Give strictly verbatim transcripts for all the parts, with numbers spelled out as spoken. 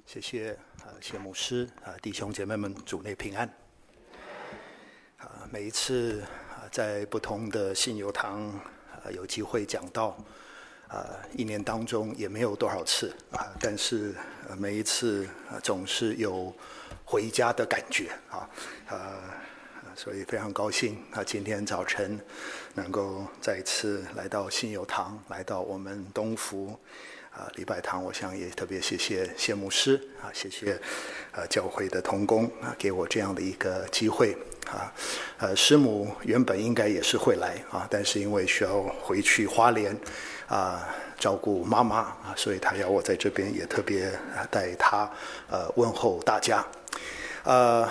谢谢啊，谢牧师啊，弟兄姐妹们，主内平安。啊，每一次啊，在不同的信友堂啊有机会讲道，啊，一年当中也没有多少次啊，但是呃每一次啊总是有回家的感觉啊，啊，所以非常高兴啊，今天早晨能够再次来到信友堂，来到我们东福。啊，礼拜堂，我想也特别谢谢谢牧师啊，谢谢呃教会的同工啊，给我这样的一个机会啊。呃，师母原本应该也是会来啊，但是因为需要回去花莲啊照顾妈妈啊，所以她要我在这边也特别啊带她呃问候大家。呃，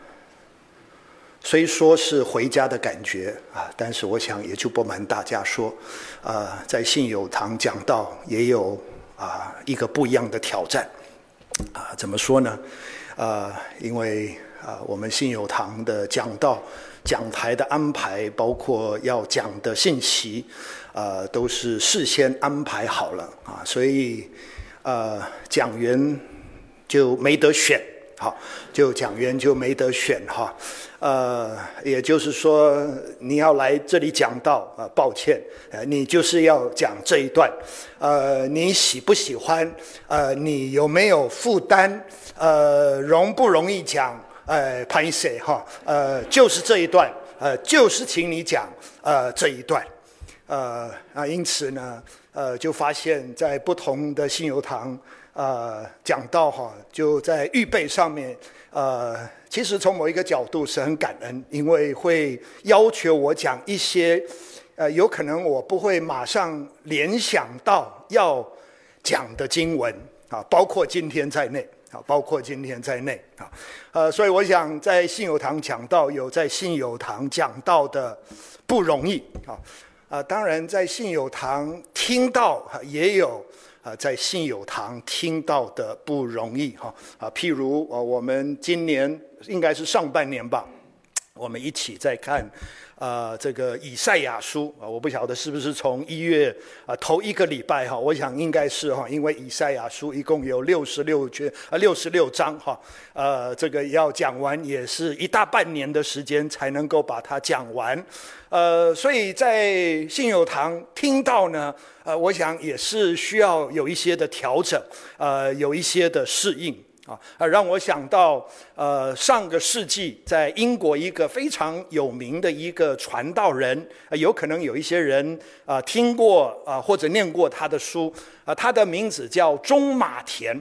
虽说是回家的感觉啊，但是我想也就不瞒大家说，呃，在信友堂讲道也有啊一个不一样的挑战啊，怎么说呢？呃，因为啊我们信友堂的讲道讲台的安排，包括要讲的信息，呃，都是事先安排好了啊，所以呃讲员就没得选。好，就讲员就没得选哈，呃，也就是说你要来这里讲道啊、呃，抱歉，呃，你就是要讲这一段，呃，你喜不喜欢？呃，你有没有负担？呃，容不容易讲？呃，拍谁哈？呃，就是这一段，呃，就是请你讲呃这一段，呃啊，因此呢，呃，就发现在不同的信友堂。呃，讲到哈，就在预备上面，呃，其实从某一个角度是很感恩，因为会要求我讲一些，呃，有可能我不会马上联想到要讲的经文啊，包括今天在内啊，包括今天在内啊，呃，所以我想在信友堂讲道有在信友堂讲道的不容易啊，啊，当然在信友堂听到也有。啊，在信友堂听到的不容易哈啊，譬如啊，我们今年应该是上半年吧，我们一起在看啊这个以赛亚书啊，我不晓得是不是从一月啊头一个礼拜哈，我想应该是哈，因为以赛亚书一共有六十六卷啊六十六章哈，呃，这个要讲完也是一大半年的时间才能够把它讲完。呃，所以在信友堂听到呢，呃，我想也是需要有一些的调整，呃，有一些的适应啊，呃，让我想到，呃，上个世纪在英国一个非常有名的一个传道人，呃、有可能有一些人啊、呃、听过啊、呃、或者念过他的书，啊、呃，他的名字叫中马田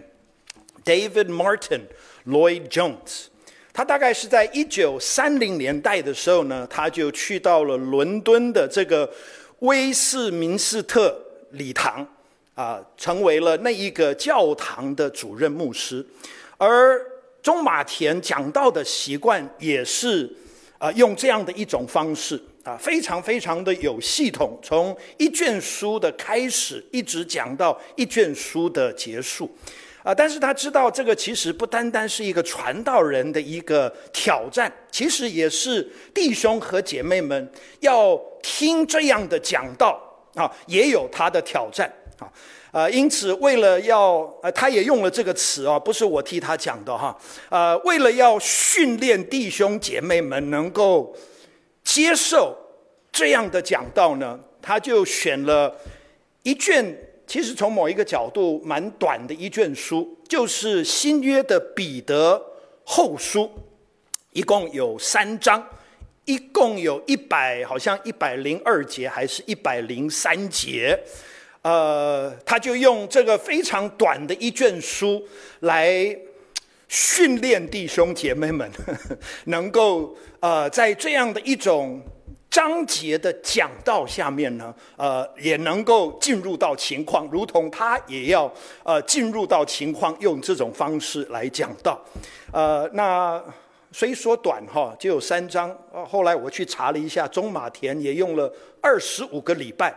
，David Martin Lloyd Jones。他大概是在一九三零年代的时候呢，他就去到了伦敦的这个威斯敏斯特礼堂啊、呃，成为了那一个教堂的主任牧师。而中马田讲道的习惯也是啊、呃，用这样的一种方式啊、呃，非常非常的有系统，从一卷书的开始，一直讲到一卷书的结束。啊，但是他知道这个其实不单单是一个传道人的一个挑战，其实也是弟兄和姐妹们要听这样的讲道啊，也有他的挑战啊。呃，因此为了要呃，他也用了这个词啊，不是我替他讲的哈。呃，为了要训练弟兄姐妹们能够接受这样的讲道呢，他就选了一卷。其实从某一个角度蛮短的一卷书，就是新约的彼得后书，一共有三章，一共有一百，好像一百零二节还是一百零三节，呃，他就用这个非常短的一卷书来训练弟兄姐妹们，呵呵能够呃在这样的一种。章节的讲道下面呢，呃，也能够进入到情况，如同他也要呃进入到情况，用这种方式来讲道。呃，那虽说短哈，就有三章。后来我去查了一下，中马田也用了二十五个礼拜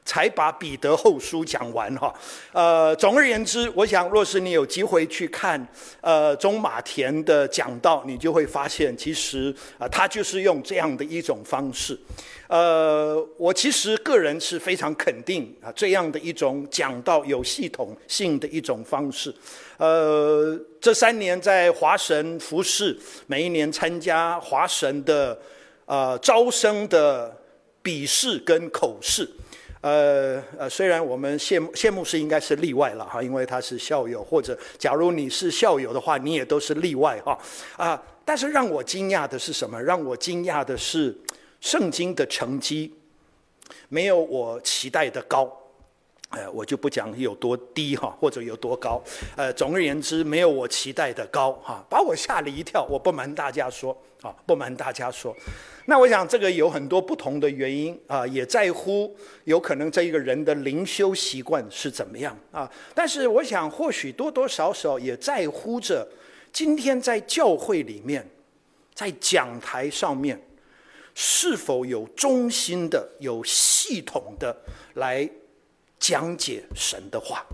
才把彼得后书讲完哈。呃，总而言之，我想若是你有机会去看呃中马田的讲道，你就会发现，其实啊、呃，他就是用这样的一种方式。呃，我其实个人是非常肯定啊，这样的一种讲道有系统性的一种方式。呃，这三年在华神服侍，每一年参加华神的呃招生的笔试跟口试。呃呃，虽然我们谢谢牧师应该是例外了哈，因为他是校友，或者假如你是校友的话，你也都是例外哈啊、呃。但是让我惊讶的是什么？让我惊讶的是，圣经的成绩没有我期待的高。呃，我就不讲有多低哈，或者有多高。呃，总而言之，没有我期待的高哈，把我吓了一跳。我不瞒大家说啊，不瞒大家说。那我想这个有很多不同的原因啊，也在乎有可能这一个人的灵修习惯是怎么样啊。但是我想，或许多多少少也在乎着今天在教会里面，在讲台上面，是否有忠心的、有系统的来讲解神的话，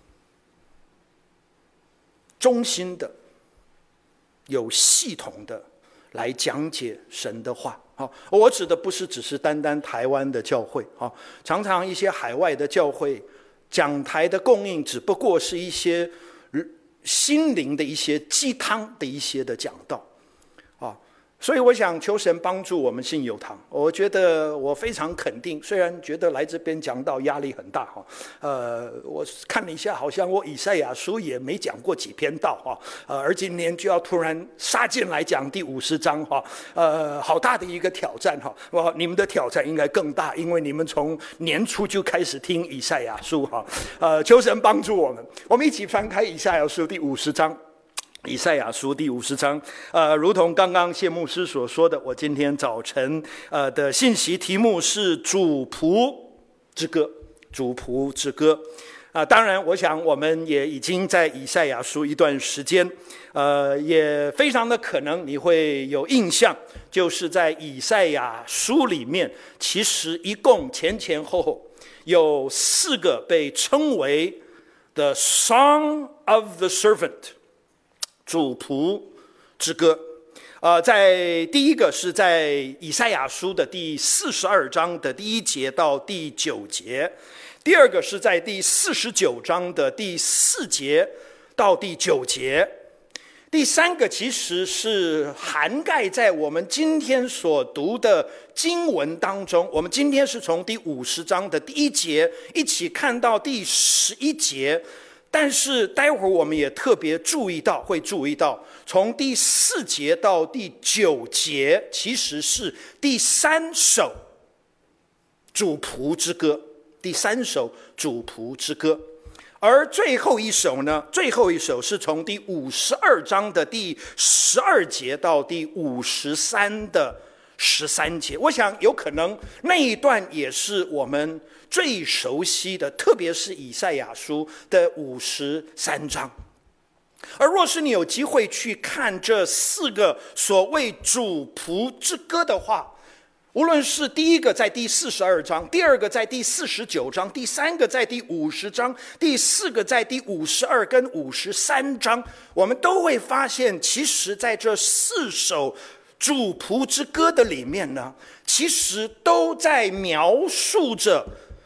忠心的、有系统的来讲解神的话。我指的不是只是单单台湾的教会，常常一些海外的教会讲台的供应只不过是一些心灵的一些鸡汤的一些的讲道。所以我想求神帮助我们信友堂。我觉得我非常肯定，虽然觉得来这边讲道压力很大哈，呃，我看了一下，好像我以赛亚书也没讲过几篇道哈，呃，而今年就要突然杀进来讲第五十章哈，呃，好大的一个挑战哈。哇，你们的挑战应该更大，因为你们从年初就开始听以赛亚书哈，呃，求神帮助我们，我们一起翻开以赛亚书第五十章。以赛亚书第五十章，呃，如同刚刚谢牧师所说的，我今天早晨呃的信息题目是主仆之歌，主仆之歌。啊、呃，当然，我想我们也已经在以赛亚书一段时间，呃，也非常的可能你会有印象，就是在以赛亚书里面，其实一共前前后后有四个被称为 The Song of the Servant。主仆之歌，呃，在第一个是在以赛亚书的第四十二章的第一节到第九节，第二个是在第四十九章的第四节到第九节，第三个其实是涵盖在我们今天所读的经文当中。我们今天是从第五十章的第一节一起看到第十一节。但是待会儿我们也特别注意到，会注意到从第四节到第九节其实是第三首主仆之歌，第三首主仆之歌。而最后一首呢，最后一首是从第五十二章的第十二节到第五十三的十三节。我想有可能那一段也是我们最熟悉的，特别是以赛亚书的五十三章。而若是你有机会去看这四个所谓主仆之歌的话，无论是第一个在第四十二章，第二个在第四十九章，第三个在第五十章，第四个在第五十二跟五十三章，我们都会发现，其实在这四首主仆之歌的里面呢，其实都在描述着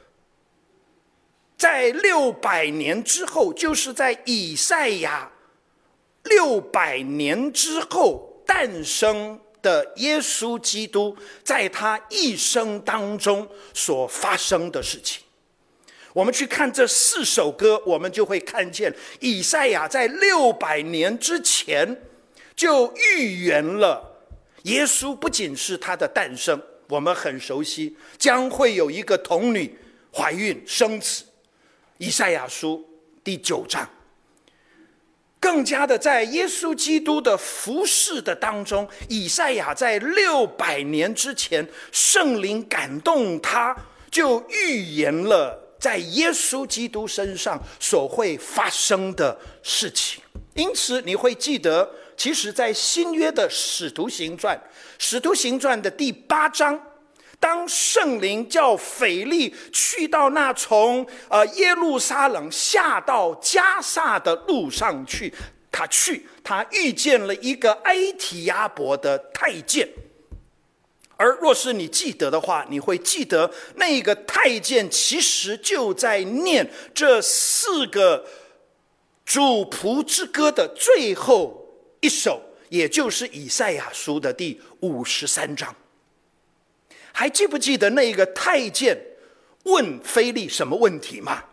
在六百年之后，就是在以赛亚六百年之后诞生的耶稣基督，在他一生当中所发生的事情。我们去看这四首歌，我们就会看见以赛亚在六百年之前就预言了耶稣不仅是他的诞生，我们很熟悉，将会有一个童女怀孕生子，以赛亚书第九章。更加的在耶稣基督的服事的当中，以赛亚在六百年之前，圣灵感动他，就预言了在耶稣基督身上所会发生的事情。因此你会记得，其实在新约的使徒行传，使徒行传的第八章当圣灵叫腓利去到那从呃耶路撒冷下到加萨的路上去，他去，他遇见了一个埃提亚伯的太监。而若是你记得的话，你会记得那个太监其实就在念这四个主仆之歌的最后一首，也就是以赛亚书的第五十三章。还记不记得那个太监问腓利什么问题吗？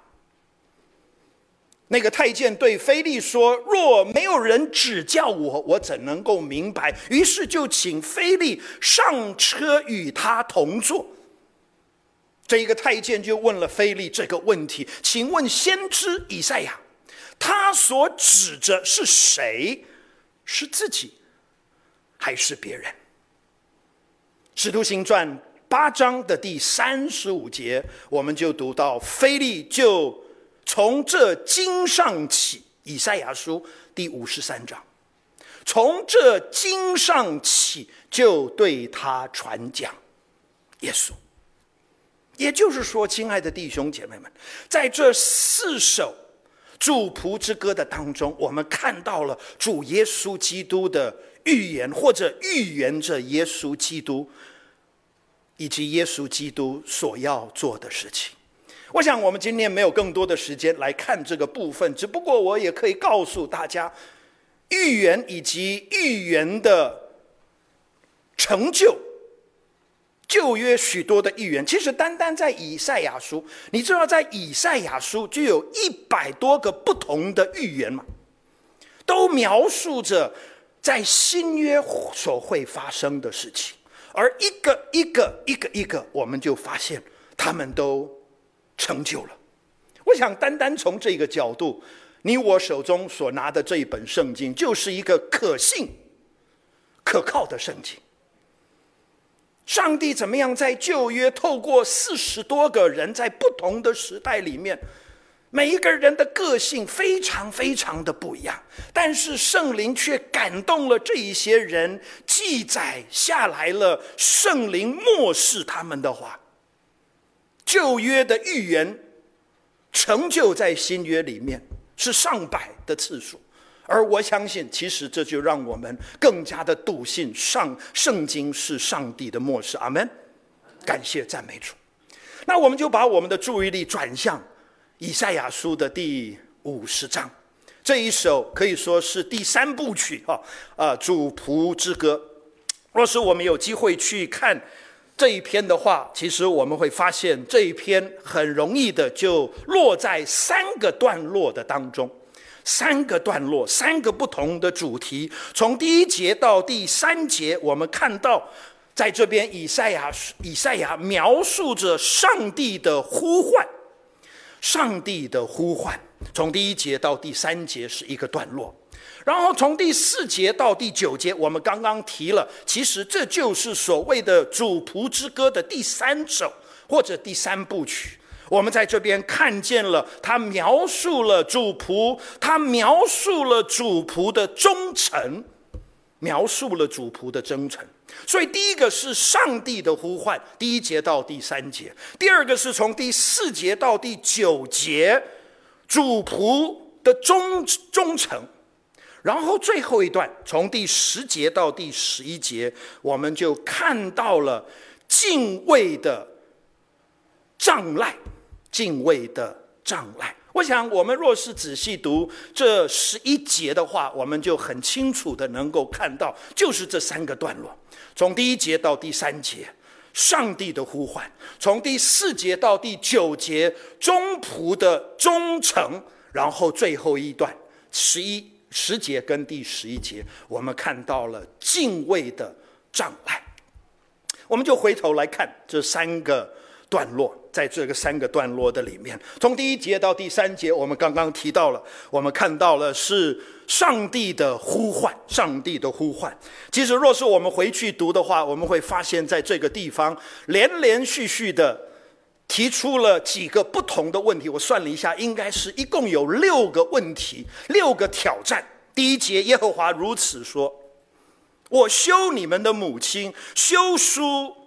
那个太监对腓利说，若没有人指教我，我怎能够明白？于是就请腓利上车与他同坐。这一个太监就问了腓利这个问题，请问先知以赛亚，他所指着是谁？是自己还是别人？使徒行传八章的第三十五节，我们就读到腓利就从这经上起，以赛亚书第五十三章，从这经上起就对他传讲耶稣。也就是说，亲爱的弟兄姐妹们，在这四首主仆之歌的当中，我们看到了主耶稣基督的预言，或者预言着耶稣基督以及耶稣基督所要做的事情。我想我们今天没有更多的时间来看这个部分，只不过我也可以告诉大家，预言以及预言的成就，旧约许多的预言，其实单单在以赛亚书，你知道在以赛亚书就有一百多个不同的预言嘛，都描述着在新约所会发生的事情，而一个一个一个一个，我们就发现他们都成就了。我想单单从这个角度，你我手中所拿的这一本圣经就是一个可信可靠的圣经。上帝怎么样在旧约透过四十多个人，在不同的时代里面，每一个人的个性非常非常的不一样，但是圣灵却感动了这一些人，记载下来了圣灵默示他们的话。旧约的预言成就在新约里面是上百的次数，而我相信其实这就让我们更加的笃信上圣经是上帝的默示。阿们，感谢赞美主。那我们就把我们的注意力转向以赛亚书的第五十章，这一首可以说是第三部曲啊，呃，主仆之歌。若是我们有机会去看这一篇的话，其实我们会发现这一篇很容易的就落在三个段落的当中，三个段落，三个不同的主题。从第一节到第三节，我们看到在这边以赛亚以赛亚描述着上帝的呼唤，上帝的呼唤，从第一节到第三节是一个段落。然后从第四节到第九节，我们刚刚提了，其实这就是所谓的主仆之歌的第三首或者第三部曲。我们在这边看见了他描述了主仆，他描述了主仆的忠诚，描述了主仆的忠诚。所以第一个是上帝的呼唤，第一节到第三节；第二个是从第四节到第九节，主仆的忠忠诚。然后最后一段从第十节到第十一节，我们就看到了敬畏的障碍，敬畏的障碍。我想我们若是仔细读这十一节的话，我们就很清楚的能够看到，就是这三个段落，从第一节到第三节上帝的呼唤，从第四节到第九节忠仆的忠诚，然后最后一段十一十节跟第十一节，我们看到了敬畏的障碍。我们就回头来看这三个段落，在这个三个段落的里面，从第一节到第三节，我们刚刚提到了，我们看到了是上帝的呼唤，上帝的呼唤。其实若是我们回去读的话，我们会发现在这个地方连连续续的提出了几个不同的问题，我算了一下，应该是一共有六个问题，六个挑战。第一节，耶和华如此说：我休你们的母亲，休书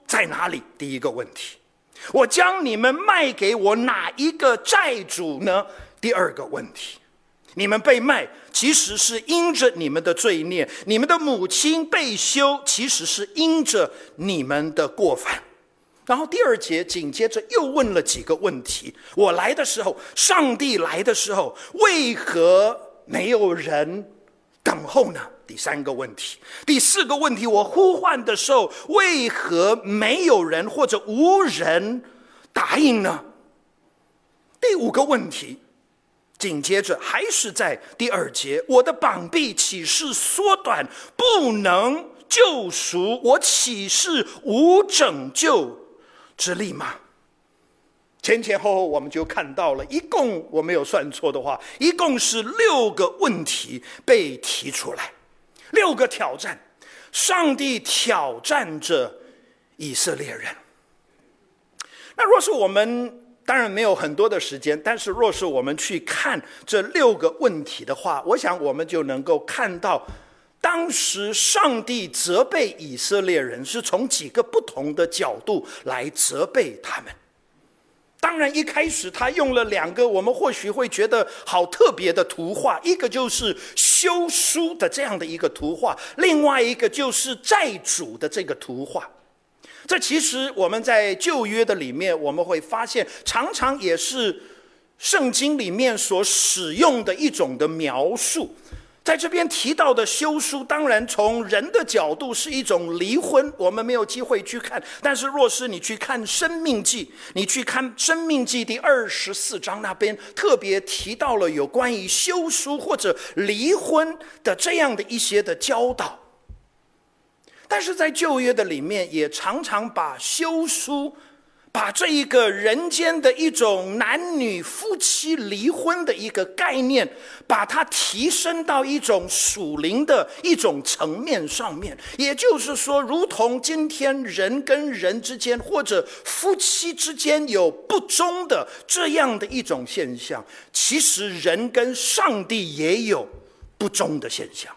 在哪里？第一个问题，我将你们卖给我哪一个债主呢？第二个问题，你们被卖其实是因着你们的罪孽，你们的母亲被休其实是因着你们的过犯。然后第二节紧接着又问了几个问题，我来的时候，上帝来的时候，为何没有人等候呢？第三个问题。第四个问题，我呼唤的时候，为何没有人或者无人答应呢？第五个问题紧接着还是在第二节，我的膀臂岂是缩短，不能救赎？我岂是无拯救之力吗？前前后后我们就看到了，一共我没有算错的话，一共是六个问题被提出来，六个挑战，上帝挑战着以色列人。那若是我们当然没有很多的时间，但是若是我们去看这六个问题的话，我想我们就能够看到当时上帝责备以色列人是从几个不同的角度来责备他们。当然一开始他用了两个我们或许会觉得好特别的图画，一个就是休书的这样的一个图画，另外一个就是债主的这个图画。这其实我们在旧约的里面我们会发现，常常也是圣经里面所使用的一种的描述。在这边提到的休书，当然从人的角度是一种离婚，我们没有机会去看。但是若是你去看申命记，你去看申命记第二十四章那边特别提到了有关于休书或者离婚的这样的一些的教导。但是在旧约的里面也常常把休书，把这一个人间的一种男女夫妻离婚的一个概念，把它提升到一种属灵的一种层面上面。也就是说，如同今天人跟人之间或者夫妻之间有不忠的这样的一种现象，其实人跟上帝也有不忠的现象。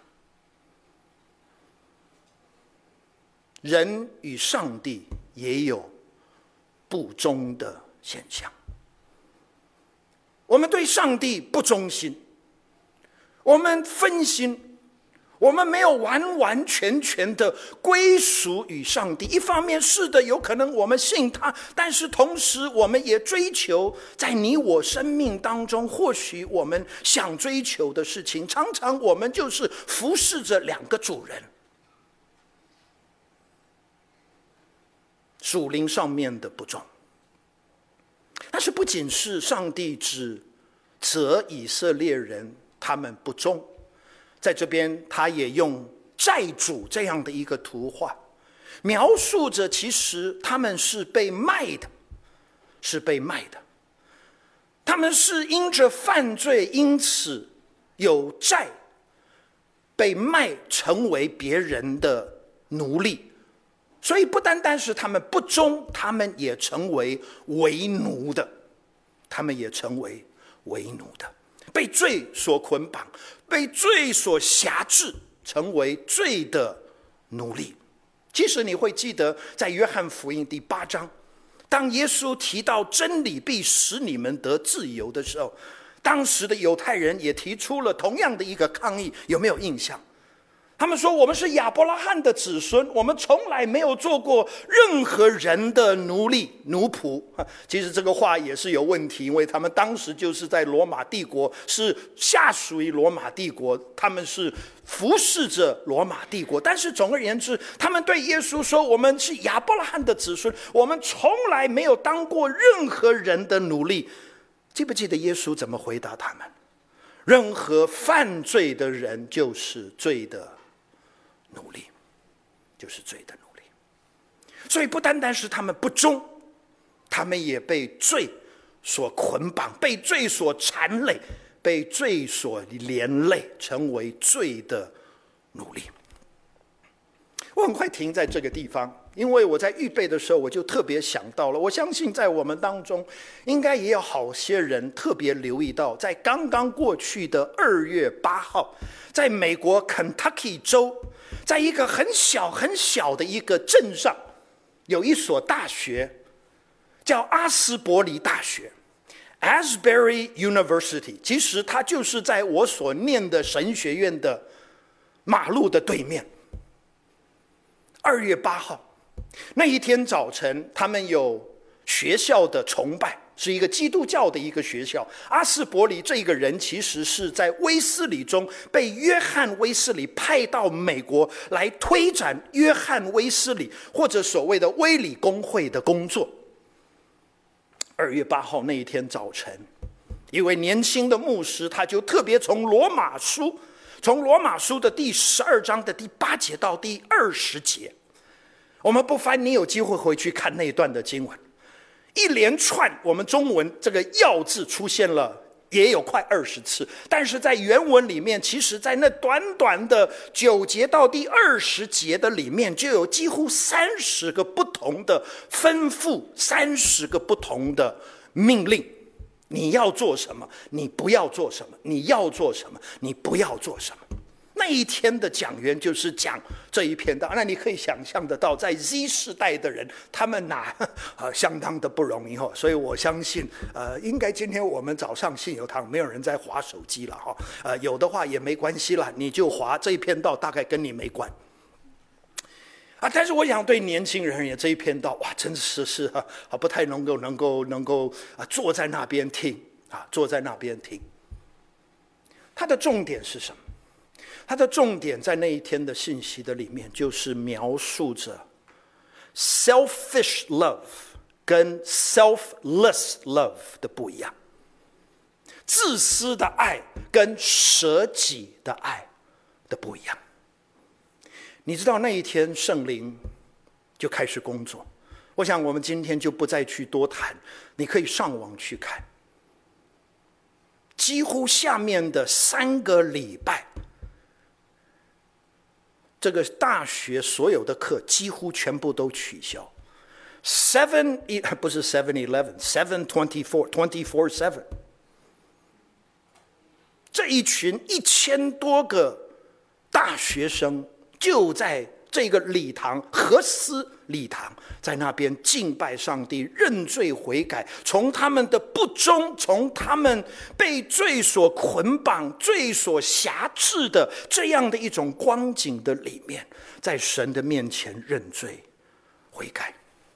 人与上帝也有不忠的现象。我们对上帝不忠心，我们分心，我们没有完完全全的归属于上帝。一方面是的，有可能我们信他，但是同时我们也追求在你我生命当中或许我们想追求的事情，常常我们就是服侍着两个主人。属灵上面的不忠。但是不仅是上帝指责以色列人他们不忠，在这边他也用债主这样的一个图画，描述着其实他们是被卖的，是被卖的。他们是因着犯罪，因此有债，被卖成为别人的奴隶。所以不单单是他们不忠，他们也成为为奴的，他们也成为为奴的，被罪所捆绑，被罪所辖制，成为罪的奴隶。其实你会记得在约翰福音第八章，当耶稣提到真理必使你们得自由的时候，当时的犹太人也提出了同样的一个抗议，有没有印象？他们说，我们是亚伯拉罕的子孙，我们从来没有做过任何人的奴隶奴仆。其实这个话也是有问题，因为他们当时就是在罗马帝国，是下属于罗马帝国，他们是服侍着罗马帝国。但是总而言之，他们对耶稣说，我们是亚伯拉罕的子孙，我们从来没有当过任何人的奴隶。记不记得耶稣怎么回答他们？任何犯罪的人就是罪的奴隶，就是罪的奴隶。所以不单单是他们不忠，他们也被罪所捆绑，被罪所缠累，被罪所连累，成为罪的奴隶。我很快停在这个地方，因为我在预备的时候我就特别想到了，我相信在我们当中应该也有好些人特别留意到，在刚刚过去的二月八号，在美国 Kentucky 州，在一个很小很小的一个镇上， 有一所大学叫阿斯伯里大学 Asbury University， 其实它就是在我所念的神学院的马路的对面。二月八号那一天早晨，他们有学校的崇拜，是一个基督教的一个学校。阿斯伯里这个人其实是在威斯理中被约翰威斯理派到美国来推展约翰威斯理或者所谓的威理公会的工作。二月八号那一天早晨，一位年轻的牧师，他就特别从罗马书从罗马书的第十二章的第八节到第二十节，我们不妨你有机会回去看那一段的经文，一连串我们中文这个要字出现了也有快二十次，但是在原文里面，其实在那短短的九节到第二十节的里面，就有几乎三十个不同的吩咐，三十个不同的命令。你要做什么，你不要做什么，你要做什么，你不要做什么。那一天的讲员就是讲这一篇道，那你可以想象得到，在 Z 世代的人，他们拿、呃、相当的不容易、哦、所以我相信，呃，应该今天我们早上信友堂没有人在滑手机了、哦呃、有的话也没关系了，你就滑这一篇道，大概跟你没关。啊，但是我想对年轻人也这一篇道，哇，真是是啊，不太能够能够能够啊坐在那边听啊，坐在那边听。它的重点是什么？它的重点在那一天的信息的里面，就是描述着 selfish love 跟 selfless love 的不一样，自私的爱跟舍己的爱的不一样。你知道那一天圣灵就开始工作，我想我们今天就不再去多谈，你可以上网去看。几乎下面的三个礼拜，这个大学所有的课几乎全部都取消。Seven 不是 Seven Eleven Seven Twenty Four Twenty Four Seven， 这一群一千多个大学生就在这个礼堂何斯礼堂，在那边敬拜上帝，认罪悔改，从他们的不忠，从他们被罪所捆绑、罪所辖制的这样的一种光景的里面，在神的面前认罪悔改。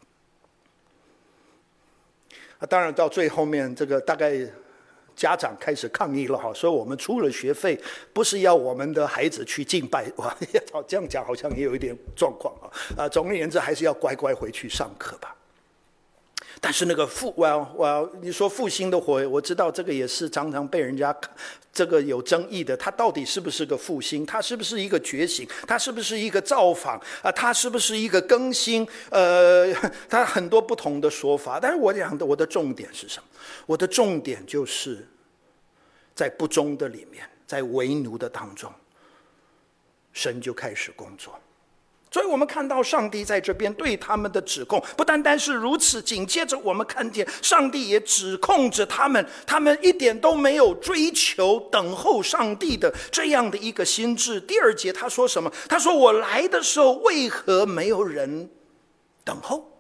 啊，当然到最后面，这个大概家长开始抗议了哈，说我们出了学费，不是要我们的孩子去敬拜哇，这样讲好像也有一点状况啊。啊，总而言之，还是要乖乖回去上课吧。但是那个复，well well，你说复兴的火，我知道这个也是常常被人家这个有争议的。它到底是不是个复兴？它是不是一个觉醒？它是不是一个造访啊？它是不是一个更新？呃，它很多不同的说法。但是我讲的，我的重点是什么？我的重点就是在不忠的里面，在为奴的当中，神就开始工作。所以我们看到上帝在这边对他们的指控，不单单是如此，紧接着我们看见上帝也指控着他们，他们一点都没有追求等候上帝的这样的一个心志。第二节他说什么？他说我来的时候为何没有人等候？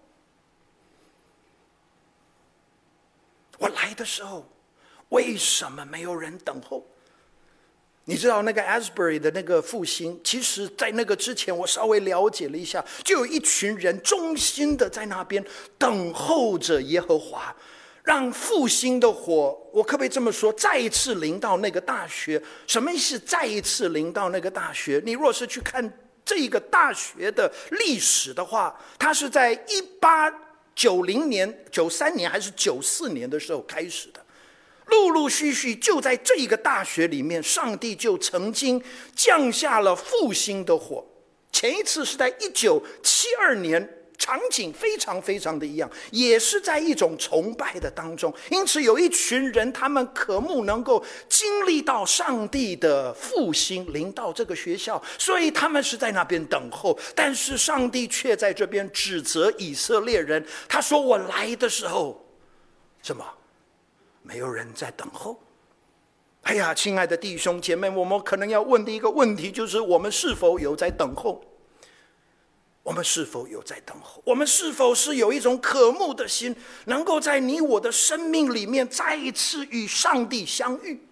我来的时候为什么没有人等候？你知道那个 Asbury 的那个复兴，其实在那个之前我稍微了解了一下，就有一群人忠心的在那边等候着耶和华，让复兴的火，我可不可以这么说，再一次临到那个大学？什么意思？再一次临到那个大学？你若是去看这个大学的历史的话，它是在一八九零年、九三年还是九四年的时候开始的。陆陆续续就在这一个大学里面，上帝就曾经降下了复兴的火。前一次是在一九七二年，场景非常非常的一样，也是在一种崇拜的当中。因此有一群人，他们渴慕能够经历到上帝的复兴临到这个学校，所以他们是在那边等候。但是上帝却在这边指责以色列人，他说我来的时候什么？没有人在等候。哎呀，亲爱的弟兄姐妹，我们可能要问的一个问题就是，我们是否有在等候？ 我们是否有在等候？我们是否是有一种渴慕的心，能够在你我的生命里面再一次与上帝相遇，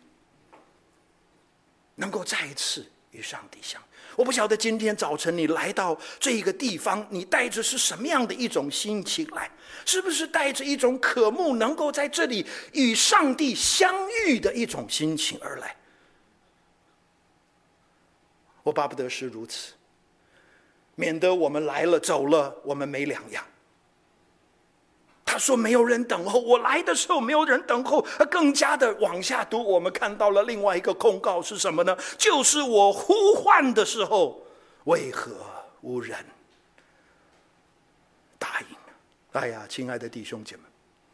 能够再一次与上帝相遇？我不晓得今天早晨你来到这一个地方，你带着是什么样的一种心情来？是不是带着一种渴慕能够在这里与上帝相遇的一种心情而来？我巴不得是如此，免得我们来了走了，我们没两样。他说没有人等候，我来的时候没有人等候。更加的往下读，我们看到了另外一个控告是什么呢？就是我呼唤的时候，为何无人答应？哎呀，亲爱的弟兄姐妹，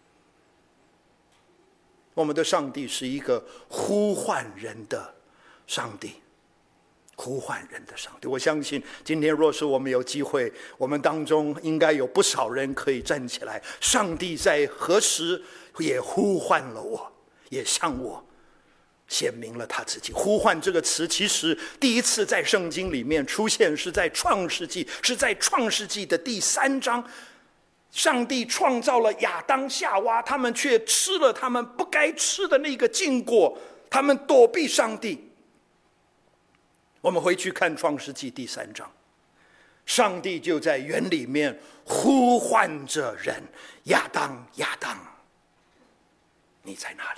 我们的上帝是一个呼唤人的上帝，呼唤人的上帝。我相信今天若是我们有机会，我们当中应该有不少人可以站起来，上帝在何时也呼唤了我，也向我显明了他自己。呼唤这个词其实第一次在圣经里面出现是在创世纪，是在创世纪的第三章。上帝创造了亚当夏娃，他们却吃了他们不该吃的那个禁果，他们躲避上帝。我们回去看创世纪第三章，上帝就在园里面呼唤着人，亚当亚当，你在哪里？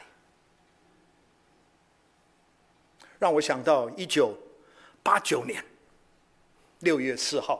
让我想到一九八九年六月四号，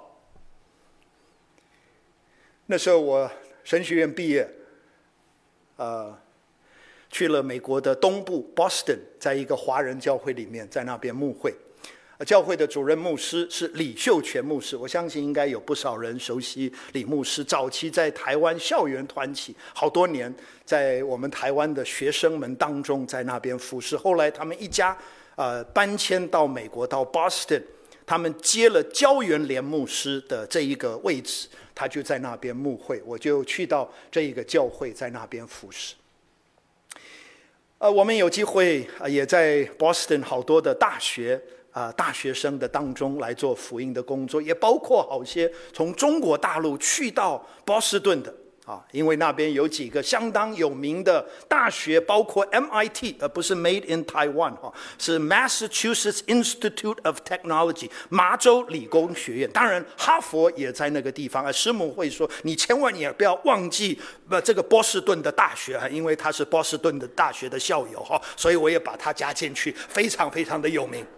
那时候我神学院毕业，呃，去了美国的东部 Boston， 在一个华人教会里面，在那边牧会。教会的主任牧师是李秀全牧师，我相信应该有不少人熟悉李牧师。早期在台湾校园团契，好多年在我们台湾的学生们当中在那边服侍。后来他们一家呃搬迁到美国，到 Boston， 他们接了焦元廉牧师的这一个位置，他就在那边牧会，我就去到这一个教会，在那边服侍。呃，我们有机会、呃、也在 Boston 好多的大学。啊、呃，大学生的当中来做福音的工作，也包括好些从中国大陆去到波士顿的啊，因为那边有几个相当有名的大学，包括 M I T， 而不是 Made in Taiwan 哈，是 Massachusetts Institute of Technology 麻州理工学院。当然，哈佛也在那个地方。而师母会说，你千万也不要忘记呃这个波士顿的大学啊，因为他是波士顿的大学的校友哈，所以我也把它加进去，非常非常的有名。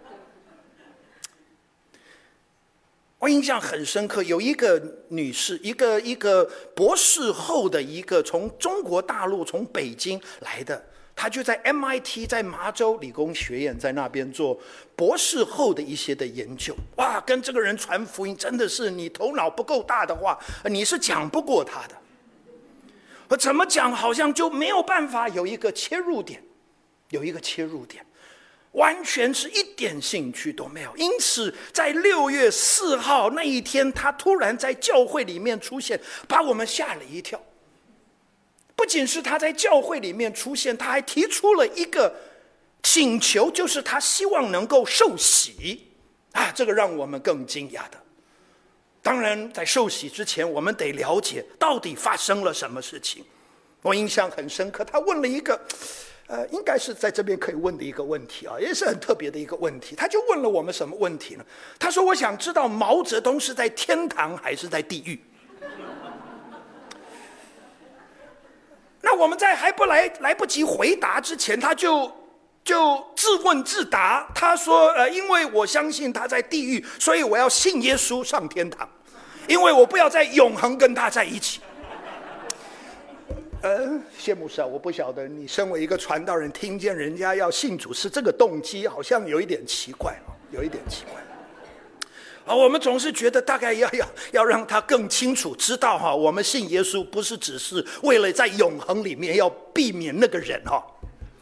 我印象很深刻，有一个女士，一个一个博士后的一个从中国大陆从北京来的，她就在 M I T 在麻州理工学院在那边做博士后的一些的研究。哇，跟这个人传福音真的是你头脑不够大的话，你是讲不过他的。而怎么讲好像就没有办法有一个切入点，有一个切入点。完全是一点兴趣都没有。因此在六月四号那一天，他突然在教会里面出现，把我们吓了一跳。不仅是他在教会里面出现，他还提出了一个请求，就是他希望能够受洗啊，这个让我们更惊讶的。当然在受洗之前，我们得了解到底发生了什么事情。我印象很深刻，他问了一个呃，应该是在这边可以问的一个问题啊，也是很特别的一个问题。他就问了我们什么问题呢？他说：“我想知道毛泽东是在天堂还是在地狱？”那我们在还不来来不及回答之前，他就就自问自答。他说：“呃，因为我相信他在地狱，所以我要信耶稣上天堂，因为我不要在永恒跟他在一起。”呃，谢牧师啊，我不晓得你身为一个传道人，听见人家要信主是这个动机，好像有一点奇怪哦，有一点奇怪。啊，我们总是觉得大概要要要让他更清楚知道哈，我们信耶稣不是只是为了在永恒里面要避免那个人哈。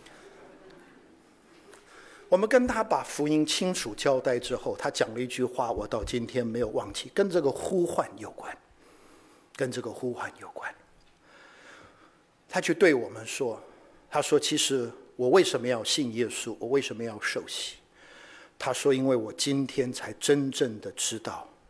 我们跟他把福音清楚交代之后，他讲了一句话，我到今天没有忘记，跟这个呼唤有关，跟这个呼唤有关。他就对我们说，他说其实我为什么要信耶稣，我为什么要受洗？他说因为我今天才真正的知道，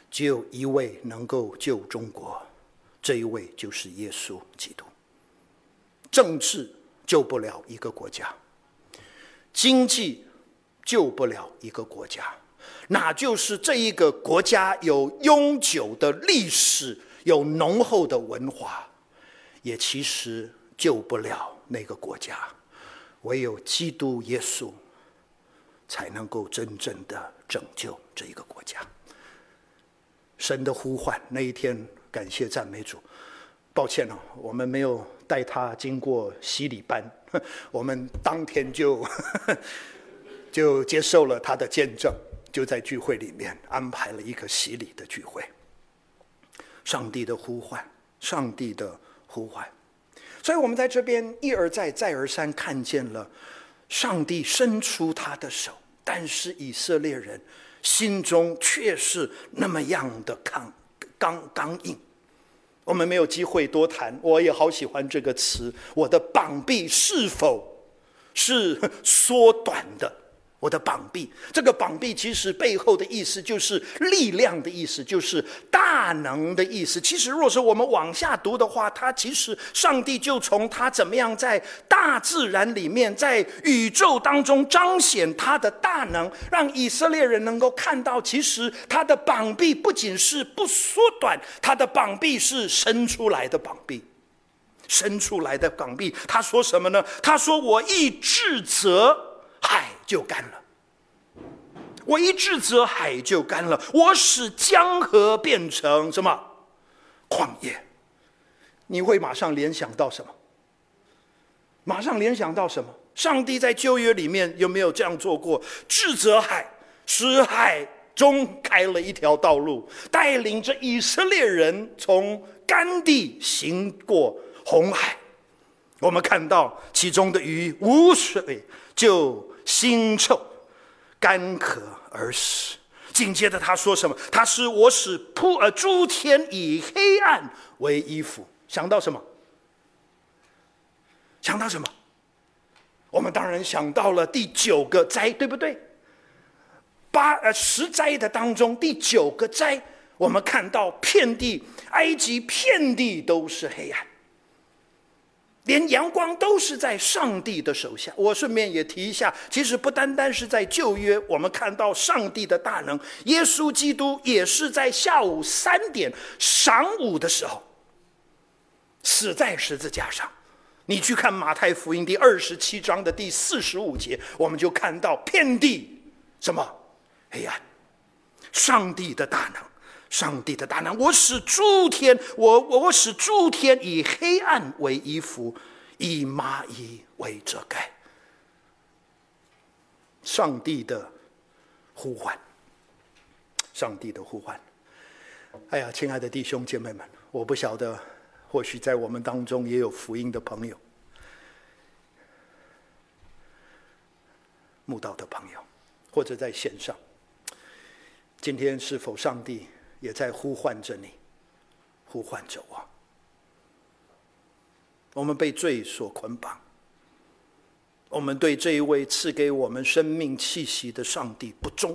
只有一位能够救中国，这一位就是耶稣基督。政治救不了一个国家，经济救不了一个国家，哪就是这一个国家有悠久的历史，有浓厚的文化，也其实救不了那个国家。唯有基督耶稣才能够真正的拯救这一个国家。神的呼唤，那一天感谢赞美主，抱歉了、哦，我们没有带他经过洗礼班，我们当天就就接受了他的见证，就在聚会里面安排了一个洗礼的聚会。上帝的呼唤，上帝的呼唤。所以我们在这边一而再再而三看见了上帝伸出他的手，但是以色列人心中却是那么样的刚刚刚硬。我们没有机会多谈，我也好喜欢这个词，我的膀臂是否是缩短的？我的膀臂，这个膀臂其实背后的意思就是力量的意思，就是大能的意思。其实若是我们往下读的话，它其实上帝就从他怎么样在大自然里面，在宇宙当中彰显他的大能，让以色列人能够看到，其实他的膀臂不仅是不缩短，他的膀臂是伸出来的膀臂，伸出来的膀臂。他说什么呢？他说我一斥责海就干了，我一斥责海就干了，我使江河变成什么？旷野。你会马上联想到什么？马上联想到什么？上帝在旧约里面有没有这样做过？斥责海，使海中开了一条道路，带领着以色列人从干地行过红海。我们看到其中的鱼无水就腥臭，干渴而死。紧接着他说什么？他是我使铺呃诸天以黑暗为衣服。想到什么？想到什么？我们当然想到了第九个灾，对不对？八呃十灾的当中，第九个灾，我们看到遍地埃及遍地都是黑暗。连阳光都是在上帝的手下。我顺便也提一下，其实不单单是在旧约，我们看到上帝的大能，耶稣基督也是在下午三点晌午的时候死在十字架上。你去看马太福音第二十七章的第四十五节，我们就看到遍地什么黑暗，上帝的大能，上帝的大能，我使诸天，我我使诸天以黑暗为衣服，以麻衣为遮盖。上帝的呼唤，上帝的呼唤。哎呀，亲爱的弟兄姐妹们，我不晓得，或许在我们当中也有福音的朋友，慕道的朋友，或者在线上，今天是否上帝也在呼唤着你，呼唤着我？我们被罪所捆绑，我们对这一位赐给我们生命气息的上帝不忠，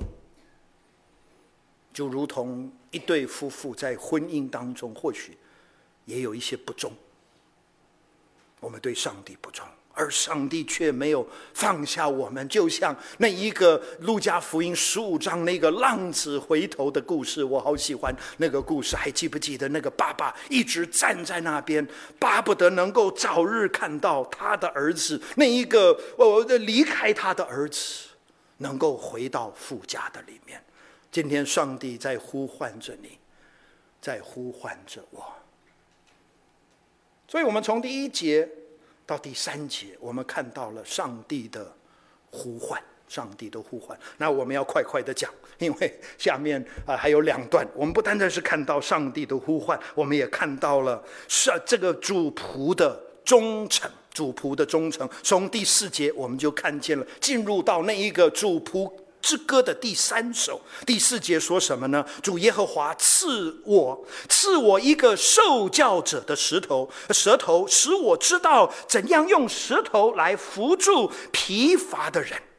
就如同一对夫妇在婚姻当中或许也有一些不忠，我们对上帝不忠，而上帝却没有放下我们。就像那一个路加福音十五章那个浪子回头的故事，我好喜欢那个故事。还记不记得那个爸爸一直站在那边，巴不得能够早日看到他的儿子，那一个呃离开他的儿子能够回到父家的里面。今天上帝在呼唤着你，在呼唤着我。所以我们从第一节到第三节，我们看到了上帝的呼唤，上帝的呼唤。那我们要快快的讲，因为下面啊、呃、还有两段。我们不单单是看到上帝的呼唤，我们也看到了是这个主仆的忠诚，主仆的忠诚。从第四节我们就看见了，进入到那一个主仆之歌的第三首。第四节说什么呢？主耶和华赐我赐我一个受教者的石头舌头，使我知道怎样用石头来扶助疲乏的人。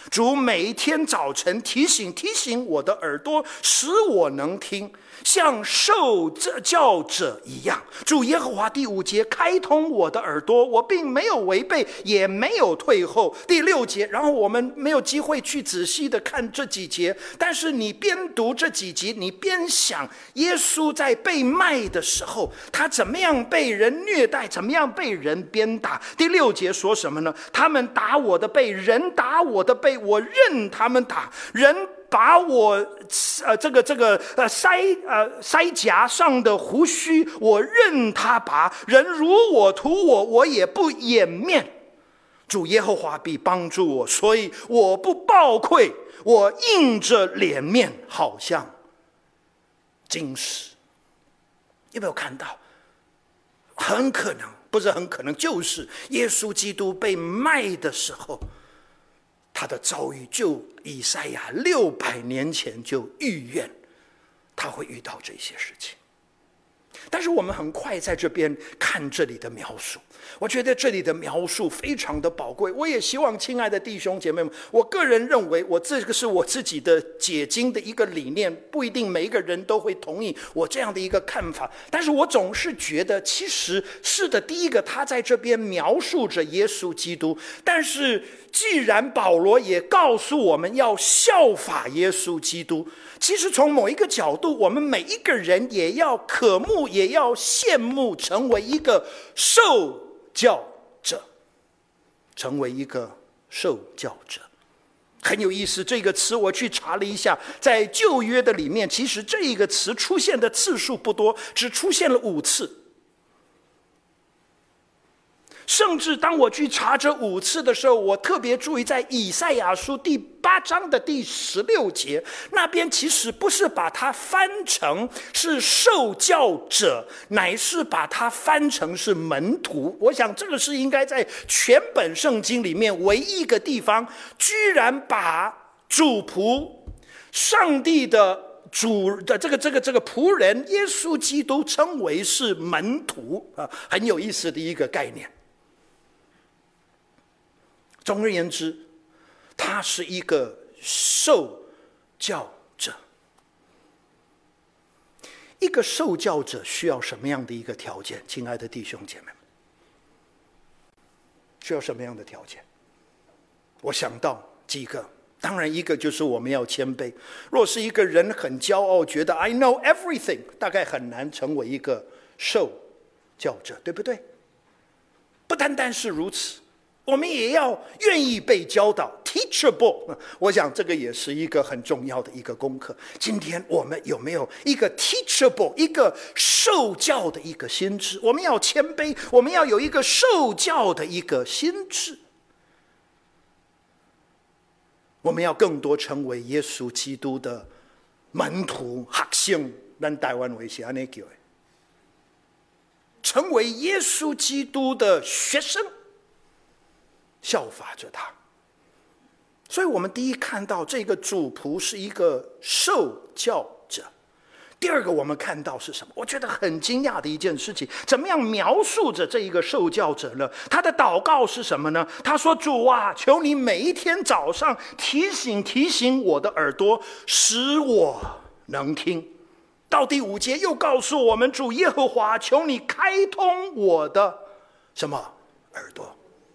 主每一天早晨提醒提醒我的耳朵，使我能听，像受教者一样。主耶和华第五节开通我的耳朵，我并没有违背，也没有退后。第六节，然后我们没有机会去仔细的看这几节，但是你边读这几节，你边想耶稣在被卖的时候，他怎么样被人虐待，怎么样被人鞭打。第六节说什么呢？他们打我的背，人打我的背，我任他们打，人把我呃这个这个呃腮呃腮颊上的胡须，我任他拔，人如我屠我，我也不掩面。主耶和华必帮助我，所以我不抱愧，我硬着脸面，好像金石。有没有看到？很可能，不是很可能，就是耶稣基督被卖的时候，他的遭遇就以赛亚六百年前就预言他会遇到这些事情。但是我们很快在这边看这里的描述，我觉得这里的描述非常的宝贵。我也希望亲爱的弟兄姐妹们，我个人认为我这个是我自己的解经的一个理念，不一定每一个人都会同意我这样的一个看法，但是我总是觉得其实是的。第一个，他在这边描述着耶稣基督，但是既然保罗也告诉我们要效法耶稣基督，其实从某一个角度，我们每一个人也要渴慕，也要羡慕成为一个受教者，成为一个受教者。很有意思，这个词我去查了一下，在旧约的里面，其实这一个词出现的次数不多，只出现了五次。甚至当我去查这五次的时候，我特别注意在以赛亚书第八章的第十六节，那边其实不是把它翻成是受教者，乃是把它翻成是门徒。我想这个是应该在全本圣经里面唯一一个地方，居然把主仆上帝的主的这个这个这个仆人耶稣基督称为是门徒啊，很有意思的一个概念。总而言之，他是一个受教者。一个受教者需要什么样的一个条件？亲爱的弟兄姐妹们，需要什么样的条件？我想到几个，当然一个就是我们要谦卑。若是一个人很骄傲，觉得 I know everything， 大概很难成为一个受教者，对不对？不单单是如此，我们也要愿意被教导 teachable， 我想这个也是一个很重要的一个功课。今天我们有没有一个 teachable， 一个受教的一个心智？我们要谦卑，我们要有一个受教的一个心智。我们要更多成为耶稣基督的门徒学生，咱台湾话是这样叫的，成为耶稣基督的学生，效法着他。所以我们第一看到这个主仆是一个受教者。第二个我们看到是什么？我觉得很惊讶的一件事情，怎么样描述着这一个受教者呢？他的祷告是什么呢？他说，主啊，求你每一天早上提醒提醒我的耳朵，使我能听。到第五节又告诉我们，主耶和华，求你开通我的什么耳朵。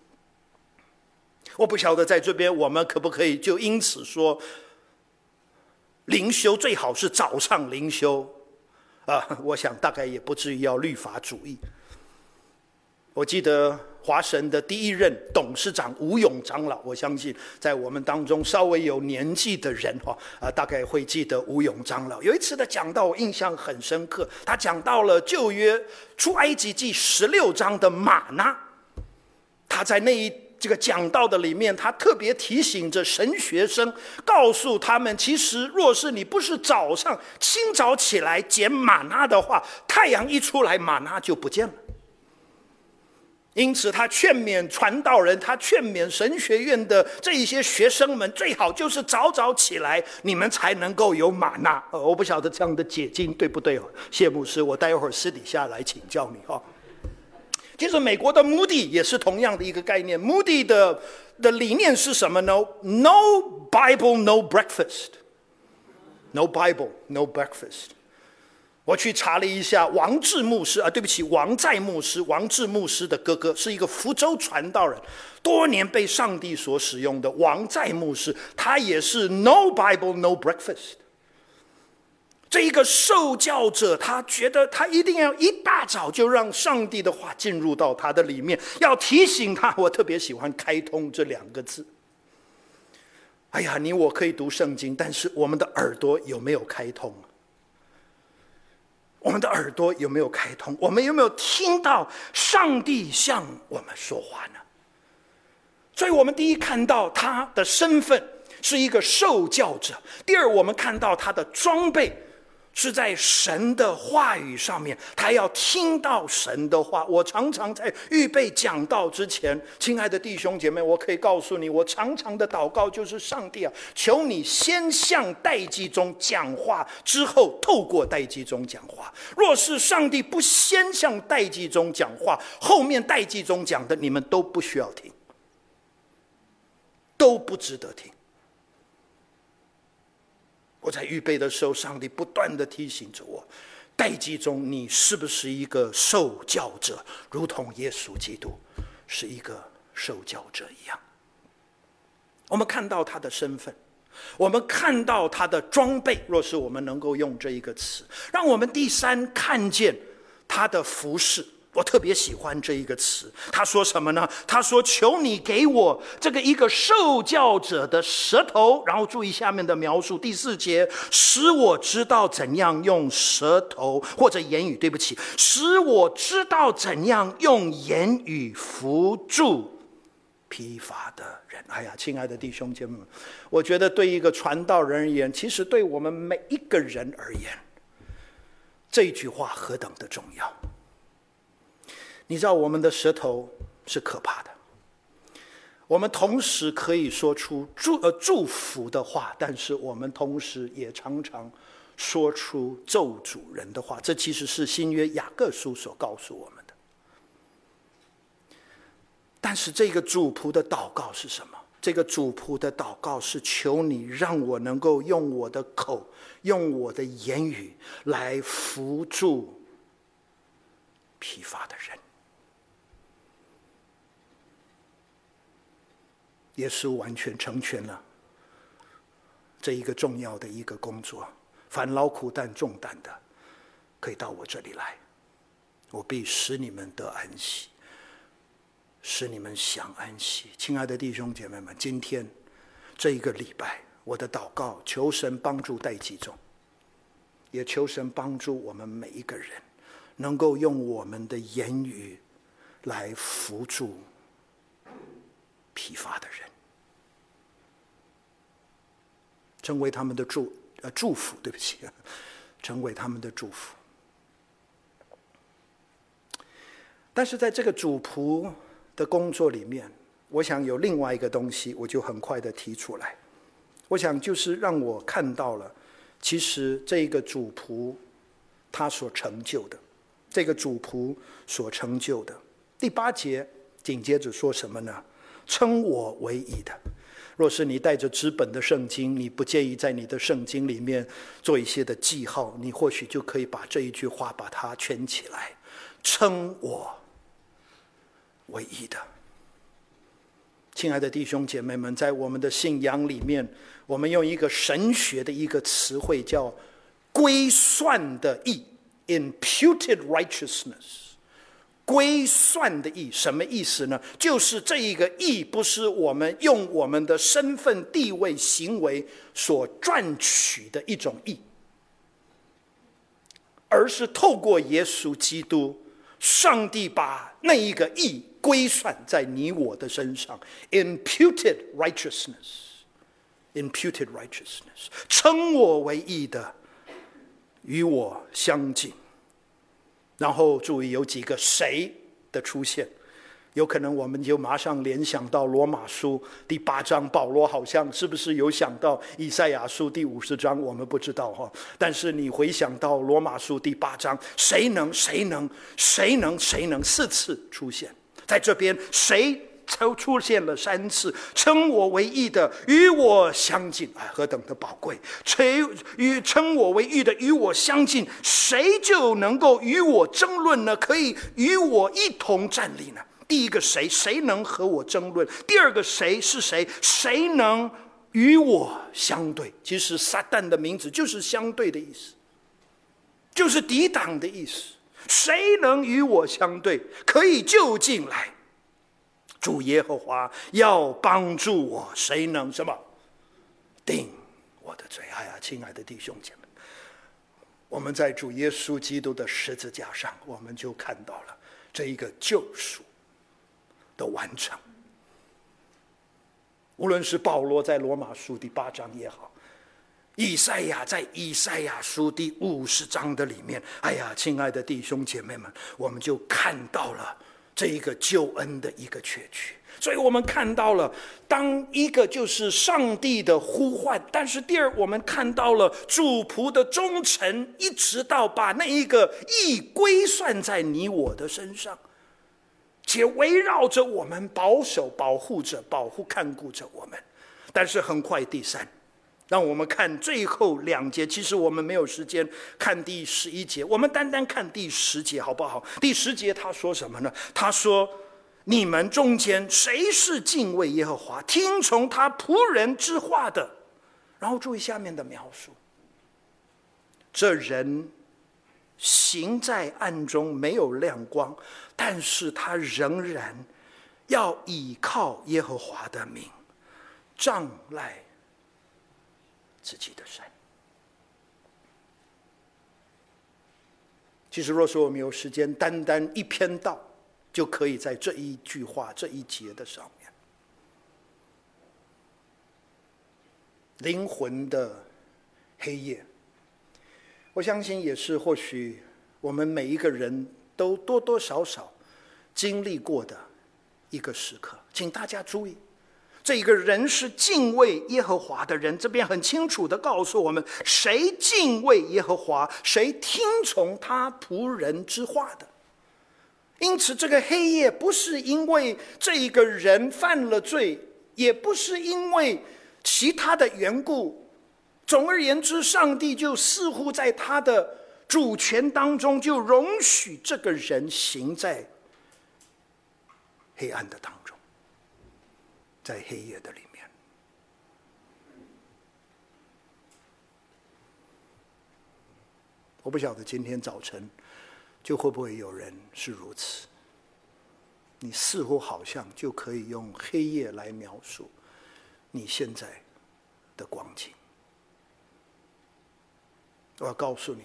我不晓得在这边我们可不可以就因此说，灵修最好是早上灵修啊？我想大概也不至于要律法主义。我记得华神的第一任董事长吴永长老，我相信在我们当中稍微有年纪的人哈啊，大概会记得吴永长老。有一次的讲道我印象很深刻，他讲到了旧约出埃及记十六章的玛纳，他在那一这个讲道的里面，他特别提醒着神学生，告诉他们，其实若是你不是早上清早起来捡玛纳的话，太阳一出来玛纳就不见了。因此他劝勉传道人，他劝勉神学院的这一些学生们，最好就是早早起来，你们才能够有玛纳。呃、我不晓得这样的解经对不对哦，谢牧师，我待会儿私底下来请教你哦。其实美国的 Moody 也是同样的一个概念。Moody 的的理念是什么呢？ No Bible, no breakfast. No Bible, no breakfast. 我去查了一下，王志牧师啊，对不起，王在牧师，王志牧师的哥哥是一个福州传道人，多年被上帝所使用的王在牧师，他也是 No Bible, no breakfast。这一个受教者，他觉得他一定要一大早就让上帝的话进入到他的里面，要提醒他。我特别喜欢开通这两个字。哎呀，你我可以读圣经，但是我们的耳朵有没有开通？我们的耳朵有没有开通？我们有没有听到上帝向我们说话呢？所以我们第一看到他的身份是一个受教者，第二我们看到他的装备是在神的话语上面，他要听到神的话。我常常在预备讲道之前，亲爱的弟兄姐妹，我可以告诉你，我常常的祷告就是上帝啊，求你先向待机中讲话，之后透过待机中讲话。若是上帝不先向待机中讲话，后面待机中讲的你们都不需要听，都不值得听。我在预备的时候，上帝不断的提醒着我，待机中你是不是一个受教者，如同耶稣基督是一个受教者一样。我们看到他的身份，我们看到他的装备，若是我们能够用这一个词，让我们第三看见他的服事。我特别喜欢这一个词，他说什么呢？他说求你给我这个一个受教者的舌头，然后注意下面的描述，第四节，使我知道怎样用舌头或者言语，对不起，使我知道怎样用言语扶助疲乏的人。哎呀，亲爱的弟兄姐妹们，我觉得对一个传道人而言，其实对我们每一个人而言，这句话何等的重要。你知道我们的舌头是可怕的，我们同时可以说出祝呃祝福的话，但是我们同时也常常说出咒诅人的话。这其实是新约雅各书所告诉我们的。但是这个主仆的祷告是什么？这个主仆的祷告是求你让我能够用我的口，用我的言语来扶助疲乏的人。耶稣完全成全了这一个重要的一个工作。凡劳苦担重担的，可以到我这里来，我必使你们得安息，使你们享安息。亲爱的弟兄姐妹们，今天这一个礼拜，我的祷告，求神帮助待机中，也求神帮助我们每一个人，能够用我们的言语来扶助疲乏的人，成为他们的祝呃祝福，对不起，成为他们的祝福。但是在这个主仆的工作里面，我想有另外一个东西，我就很快的提出来。我想就是让我看到了，其实这个主仆他所成就的，这个主仆所成就的。第八节紧接着说什么呢？称我为义的。若是你带着纸本的圣经，你不介意在你的圣经里面做一些的记号，你或许就可以把这一句话把它圈起来，称我为义的。亲爱的弟兄姐妹们，在我们的信仰里面，我们用一个神学的一个词汇叫归算的义 imputed righteousness。归算的义什么意思呢？就是这一个义不是我们用我们的身份地位行为所赚取的一种义，而是透过耶稣基督，上帝把那一个义归算在你我的身上。 imputed righteousness imputed righteousness 称我为义的与我相近。然后注意有几个谁的出现，有可能我们就马上联想到罗马书第八章，保罗好像是不是有想到以赛亚书第五十章，我们不知道哈。但是你回想到罗马书第八章，谁能谁能谁能谁能四次出现在这边，谁出现了三次，称我为义的与我相近，哎，何等的宝贵！谁与称我为义的与我相近，谁就能够与我争论呢？可以与我一同站立呢？第一个谁，谁能和我争论？第二个谁是谁？谁能与我相对？其实撒旦的名字就是相对的意思，就是抵挡的意思。谁能与我相对？可以就近来。主耶和华要帮助我，谁能什么定我的罪？哎呀，亲爱的弟兄姐妹，我们在主耶稣基督的十字架上，我们就看到了这一个救赎的完成。无论是保罗在罗马书第八章也好，以赛亚在以赛亚书第五十章的里面，哎呀，亲爱的弟兄姐妹们，我们就看到了这一个救恩的一个确据。所以我们看到了，当一个就是上帝的呼唤，但是第二，我们看到了主仆的忠诚，一直到把那一个义归算在你我的身上，且围绕着我们，保守、保护着、保护、看顾着我们。但是很快，第三，让我们看最后两节。其实我们没有时间看第十一节，我们单单看第十节好不好？第十节他说什么呢？他说：你们中间谁是敬畏耶和华、听从他仆人之话的？然后注意下面的描述：这人行在暗中，没有亮光，但是他仍然要倚靠耶和华的名，仗赖自己的山。其实若说我们有时间，单单一篇道就可以在这一句话、这一节的上面，灵魂的黑夜，我相信也是或许我们每一个人都多多少少经历过的一个时刻。请大家注意，这一个人是敬畏耶和华的人，这边很清楚地告诉我们，谁敬畏耶和华，谁听从他仆人之话的。因此这个黑夜不是因为这一个人犯了罪，也不是因为其他的缘故，总而言之，上帝就似乎在他的主权当中，就容许这个人行在黑暗的当中，在黑夜的里面。我不晓得今天早晨就会不会有人是如此，你似乎好像就可以用黑夜来描述你现在的光景。我要告诉你，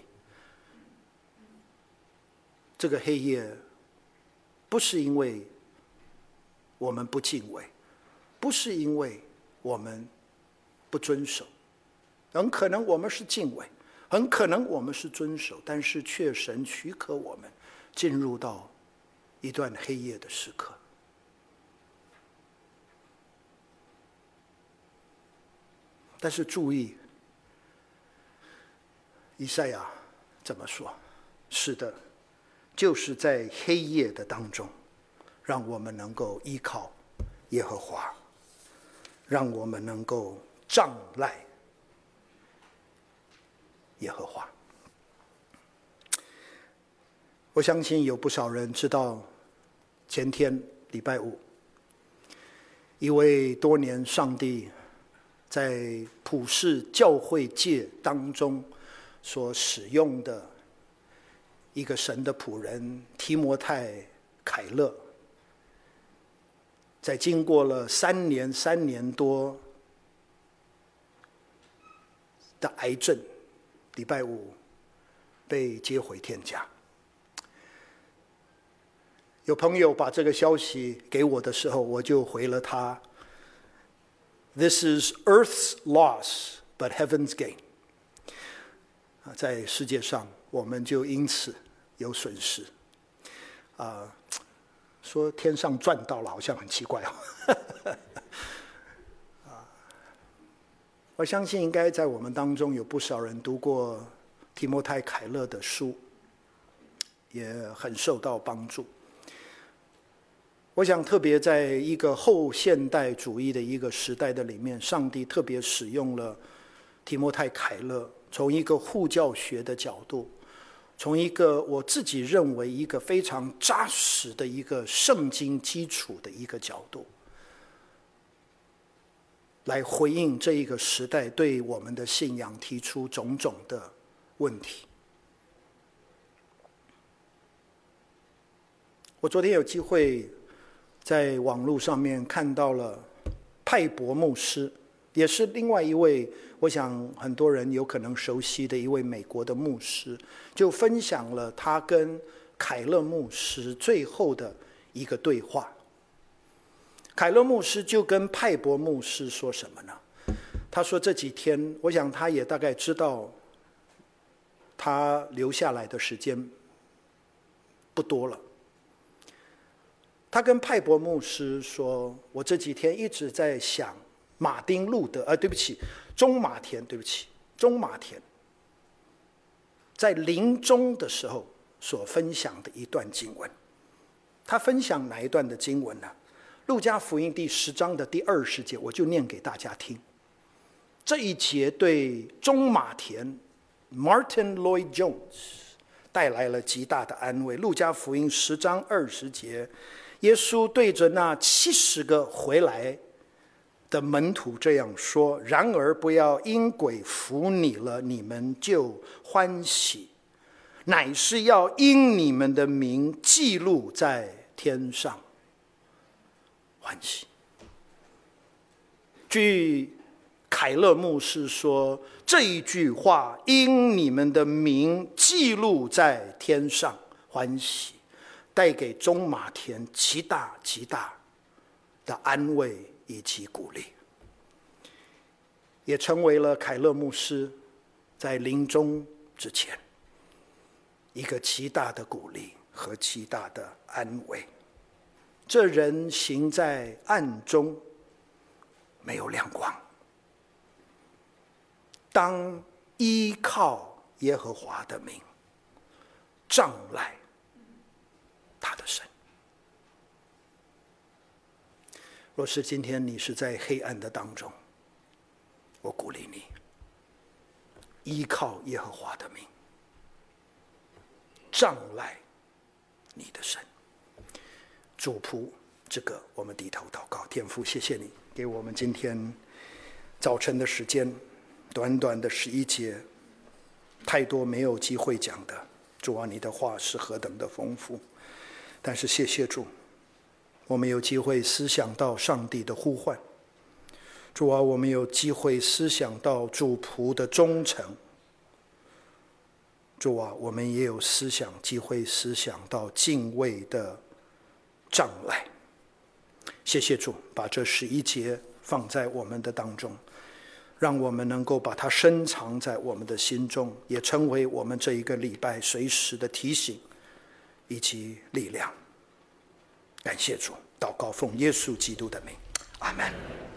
这个黑夜不是因为我们不敬畏，不是因为我们不遵守，很可能我们是敬畏，很可能我们是遵守，但是却神许可我们进入到一段黑夜的时刻。但是注意，以赛亚怎么说？是的，就是在黑夜的当中，让我们能够依靠耶和华，让我们能够仗赖耶和华。我相信有不少人知道，前天礼拜五，一位多年上帝在普世教会界当中所使用的一个神的仆人提摩太凯勒，在经过了三年三年多的癌症，礼拜五被接回天家。有朋友把这个消息给我的时候，我就回了他 ：This is earth's loss, but heaven's gain。在世界上，我们就因此有损失。啊，说天上赚到了，好像很奇怪哦。啊，我相信应该在我们当中有不少人读过提摩太凯勒的书，也很受到帮助。 我想特别在一个后现代主义的一个时代的里面，上帝特别使用了提摩太凯勒，从一个护教学的角度，从一个我自己认为一个非常扎实的一个圣经基础的一个角度，来回应这一个时代对我们的信仰提出种种的问题。我昨天有机会在网络上面看到了派伯牧师，也是另外一位我想很多人有可能熟悉的一位美国的牧师，就分享了他跟凯勒牧师最后的一个对话。凯勒牧师就跟派伯牧师说什么呢？他说这几天，我想他也大概知道他留下来的时间不多了。他跟派伯牧师说，我这几天一直在想马丁路德，呃，对不起，中马田，对不起，中马田在临终的时候所分享的一段经文。他分享哪一段的经文呢？路加福音第十章的第二十节，我就念给大家听。这一节对中马田 Martin Lloyd Jones 带来了极大的安慰。路加福音十章二十节，耶稣对着那七十个回来的门徒这样说：然而不要因鬼服你了，你们就欢喜，乃是要因你们的名记录在天上。欢喜。据凯勒牧师说，这一句话因你们的名记录在天上，欢喜，带给中马田极大极大的安慰以及鼓励，也成为了凯勒牧师在临终之前一个极大的鼓励和极大的安慰。这人行在暗中，没有亮光，当依靠耶和华的名，仗赖他的神。若是今天你是在黑暗的当中，我鼓励你依靠耶和华的名，仗赖你的神。主仆，这个我们低头祷告。天父，谢谢你给我们今天早晨的时间，短短的十一节，太多没有机会讲的。主啊，你的话是何等的丰富，但是谢谢主，我们有机会思想到上帝的呼唤。主啊，我们有机会思想到主仆的忠诚。主啊，我们也有思想机会思想到敬畏的仗赖。谢谢主，把这十一节放在我们的当中，让我们能够把它深藏在我们的心中，也成为我们这一个礼拜随时的提醒以及力量。感谢主，祷告奉耶稣基督的名，阿们。